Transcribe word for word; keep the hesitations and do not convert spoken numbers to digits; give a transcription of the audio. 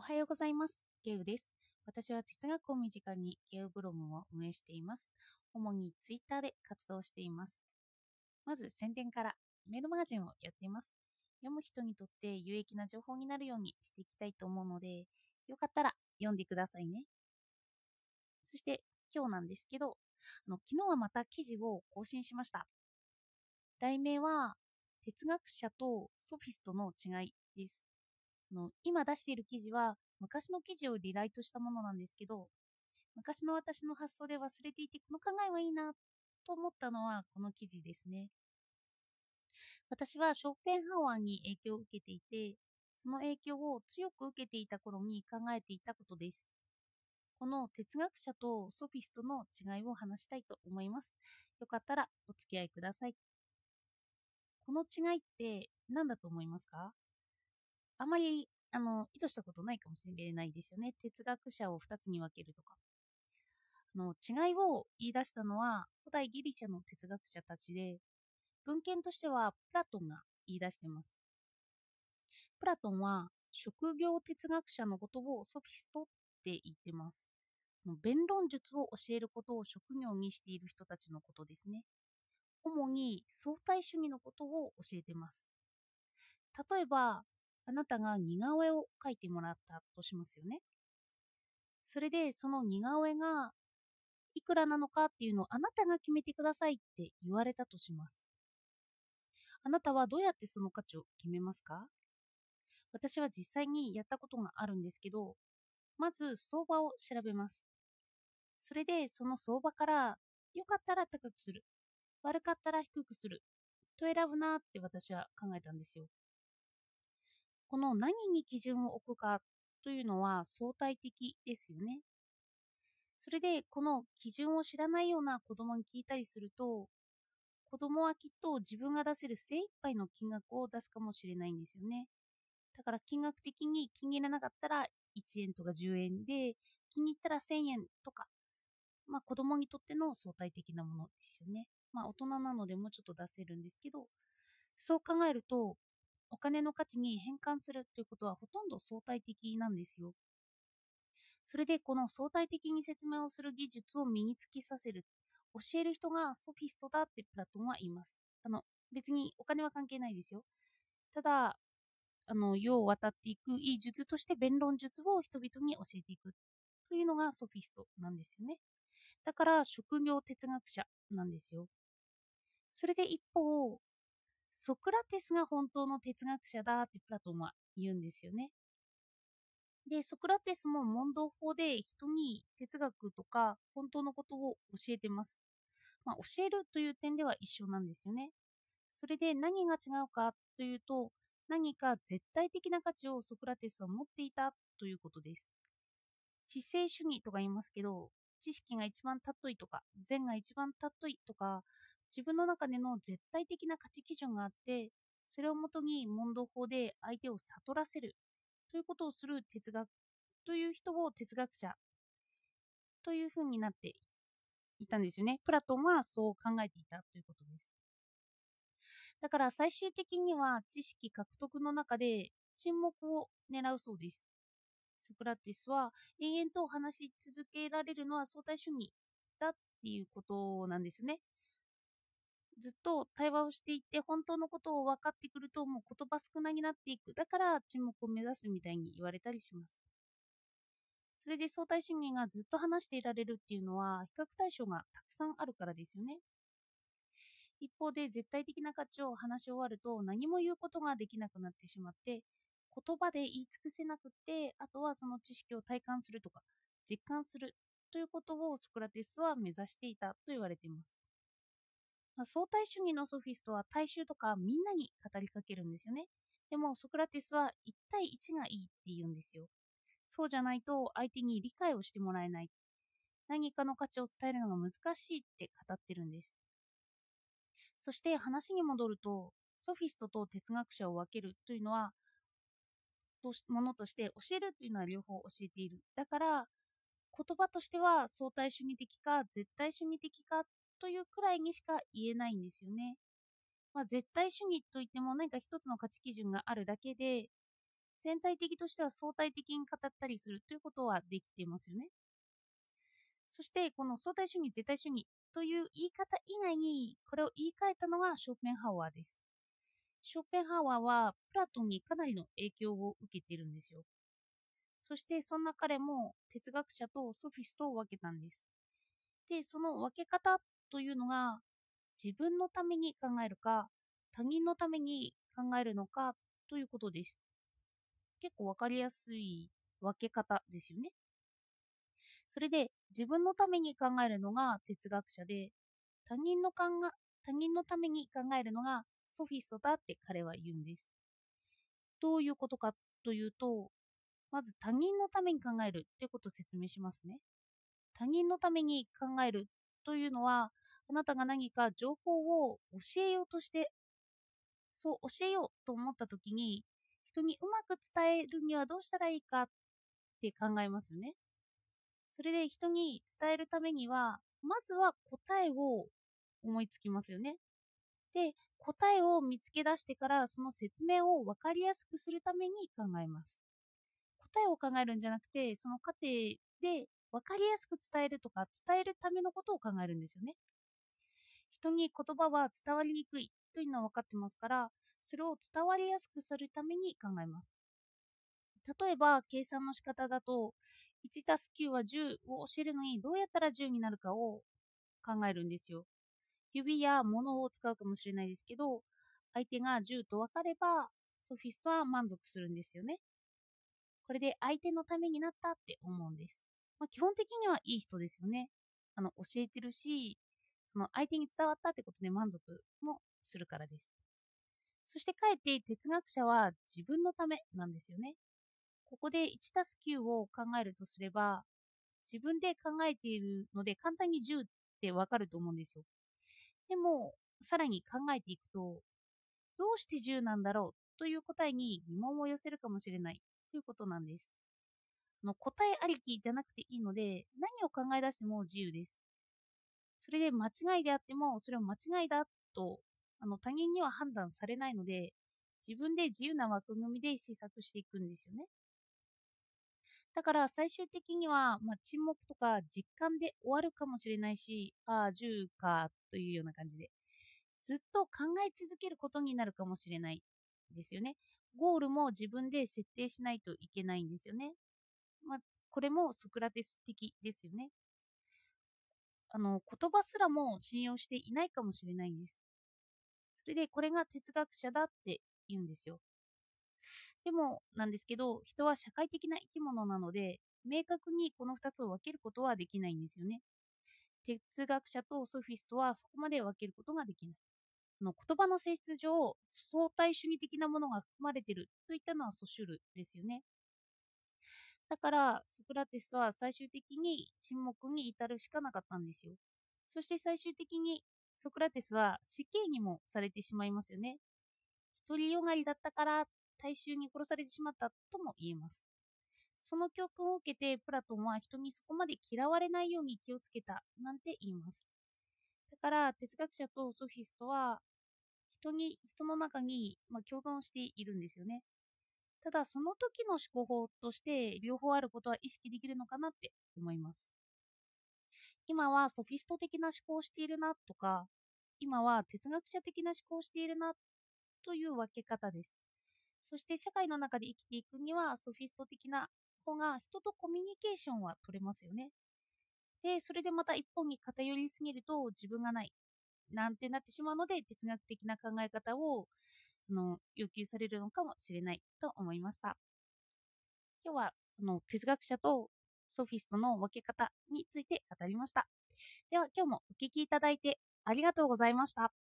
おはようございます。ゲウです。私は哲学を身近にゲウブログを運営しています。主にツイッターで活動しています。まず宣伝からメールマガジンをやっています。読む人にとって有益な情報になるようにしていきたいと思うので、よかったら読んでくださいね。そして今日なんですけど、あの昨日はまた記事を更新しました。題名は哲学者とソフィストの違いです。あの今出している記事は昔の記事をリライトしたものなんですけど、昔の私の発想で忘れていてこの考えはいいなと思ったのはこの記事ですね。私はショーペンハワーに影響を受けていて、その影響を強く受けていた頃に考えていたことです。この哲学者とソフィストの違いを話したいと思います。よかったらお付き合いください。この違いって何だと思いますか？あまりあの意図したことないかもしれないですよね。哲学者をふたつに分けるとか。あの違いを言い出したのは古代ギリシャの哲学者たちで、文献としてはプラトンが言い出しています。プラトンは職業哲学者のことをソフィストって言ってます。弁論術を教えることを職業にしている人たちのことですね。主に相対主義のことを教えています。例えば、あなたが似顔絵を描いてもらったとしますよね。それでその似顔絵がいくらなのかっていうのをあなたが決めてくださいって言われたとします。あなたはどうやってその価値を決めますか？私は実際にやったことがあるんですけど、まず相場を調べます。それでその相場から良かったら高くする、悪かったら低くすると選ぶなって私は考えたんですよ。この何に基準を置くかというのは相対的ですよね。それでこの基準を知らないような子供に聞いたりすると、子供はきっと自分が出せる精一杯の金額を出すかもしれないんですよね。だから金額的に気に入らなかったらいちえんとかじゅうえんで、気に入ったらせんえんとか、まあ子供にとっての相対的なものですよね。まあ大人なのでもうちょっと出せるんですけど、そう考えると、お金の価値に変換するということはほとんど相対的なんですよ。それでこの相対的に説明をする技術を身につけさせる、教える人がソフィストだってプラトンは言います。あの別にお金は関係ないですよ。ただ、あの世を渡っていくいい術として弁論術を人々に教えていくというのがソフィストなんですよね。だから職業哲学者なんですよ。それで一方、ソクラテスが本当の哲学者だってプラトンは言うんですよね。で、ソクラテスも問答法で人に哲学とか本当のことを教えてます。まあ、教えるという点では一緒なんですよね。それで何が違うかというと、何か絶対的な価値をソクラテスは持っていたということです。知性主義とか言いますけど、知識が一番尊いとか、善が一番尊いとか、自分の中での絶対的な価値基準があって、それをもとに問答法で相手を悟らせるということをする哲学という人を哲学者というふうになっていたんですよね。プラトンはそう考えていたということです。だから最終的には知識獲得の中で沈黙を狙うそうです。ソクラテスは永遠と話し続けられるのは相対主義だっていうことなんですね。ずっと対話をしていって本当のことを分かってくるともう言葉少なになっていく。だから沈黙を目指すみたいに言われたりします。それで相対主義がずっと話していられるっていうのは比較対象がたくさんあるからですよね。一方で絶対的な価値を話し終わると何も言うことができなくなってしまって、言葉で言い尽くせなくって、あとはその知識を体感するとか実感するということをソクラテスは目指していたと言われています。まあ、相対主義のソフィストは大衆とかみんなに語りかけるんですよね。でもソクラテスはいち対いちがいいって言うんですよ。そうじゃないと相手に理解をしてもらえない。何かの価値を伝えるのが難しいって語ってるんです。そして話に戻ると、ソフィストと哲学者を分けるというのは、ものとして教えるというのは両方教えている。だから、言葉としては相対主義的か絶対主義的かというくらいにしか言えないんですよね。まあ、絶対主義といっても何か一つの価値基準があるだけで、 全体的としては相対的に語ったりするということはできていますよね。そしてこの相対主義、絶対主義という言い方以外にこれを言い換えたのがショーペンハワーです。ショーペンハワーはプラトンにかなりの影響を受けているんですよ。そしてそんな彼も哲学者とソフィストを分けたんです。で、その分け方というのが自分のために考えるか他人のために考えるのかということです。結構分かりやすい分け方ですよね。それで自分のために考えるのが哲学者で他人の考え他人のために考えるのがソフィストだって彼は言うんです。どういうことかというと、まず他人のために考えるということを説明しますね。他人のために考えるというのは、あなたが何か情報を教えようとして、そう教えようと思ったときに、人にうまく伝えるにはどうしたらいいかって考えますよね。それで人に伝えるためには、まずは答えを思いつきますよね。で、答えを見つけ出してからその説明を分かりやすくするために考えます。答えを考えるんじゃなくて、その過程で分かりやすく伝えるとか伝えるためのことを考えるんですよね。人に言葉は伝わりにくいというのは分かってますから、それを伝わりやすくするために考えます。例えば、計算の仕方だと、いちたすきゅうはじゅうを教えるのにどうやったらじゅうになるかを考えるんですよ。指や物を使うかもしれないですけど、相手がじゅうと分かれば、ソフィストは満足するんですよね。これで相手のためになったって思うんです。まあ、基本的にはいい人ですよね。あの教えてるし、その相手に伝わったってことで満足もするからです。そしてかえって哲学者は自分のためなんですよね。ここでいちたすきゅうを考えるとすれば、自分で考えているので簡単にじゅうってわかると思うんですよ。でも、さらに考えていくと、どうしてじゅうなんだろうという答えに疑問を寄せるかもしれないということなんです。の答えありきじゃなくていいので、何を考え出しても自由です。それで間違いであっても、それを間違いだとあの他人には判断されないので、自分で自由な枠組みで試作していくんですよね。だから最終的には、まあ、沈黙とか実感で終わるかもしれないし、ああ、じゅうかというような感じで、ずっと考え続けることになるかもしれないですよね。ゴールも自分で設定しないといけないんですよね。まあ、これもソクラテス的ですよね。あの言葉すらも信用していないかもしれないんです。それでこれが哲学者だって言うんですよ。でもなんですけど、人は社会的な生き物なので、明確にこのふたつを分けることはできないんですよね。哲学者とソフィストはそこまで分けることができない。あの言葉の性質上、相対主義的なものが含まれているといったのはソシュルですよね。だからソクラテスは最終的に沈黙に至るしかなかったんですよ。そして最終的にソクラテスは死刑にもされてしまいますよね。独りよがりだったから大衆に殺されてしまったとも言えます。その教訓を受けてプラトンは人にそこまで嫌われないように気をつけたなんて言います。だから哲学者とソフィストは人に人の中に、まあ、共存しているんですよね。ただその時の思考法として両方あることは意識できるのかなって思います。今はソフィスト的な思考をしているなとか、今は哲学者的な思考をしているなという分け方です。そして社会の中で生きていくにはソフィスト的な方が人とコミュニケーションは取れますよね。で、それでまた一本に偏りすぎると自分がないなんてなってしまうので、哲学的な考え方をあの要求されるのかもしれないと思いました。今日はあの哲学者とソフィストの分け方について語りました。では今日もお聞きいただいてありがとうございました。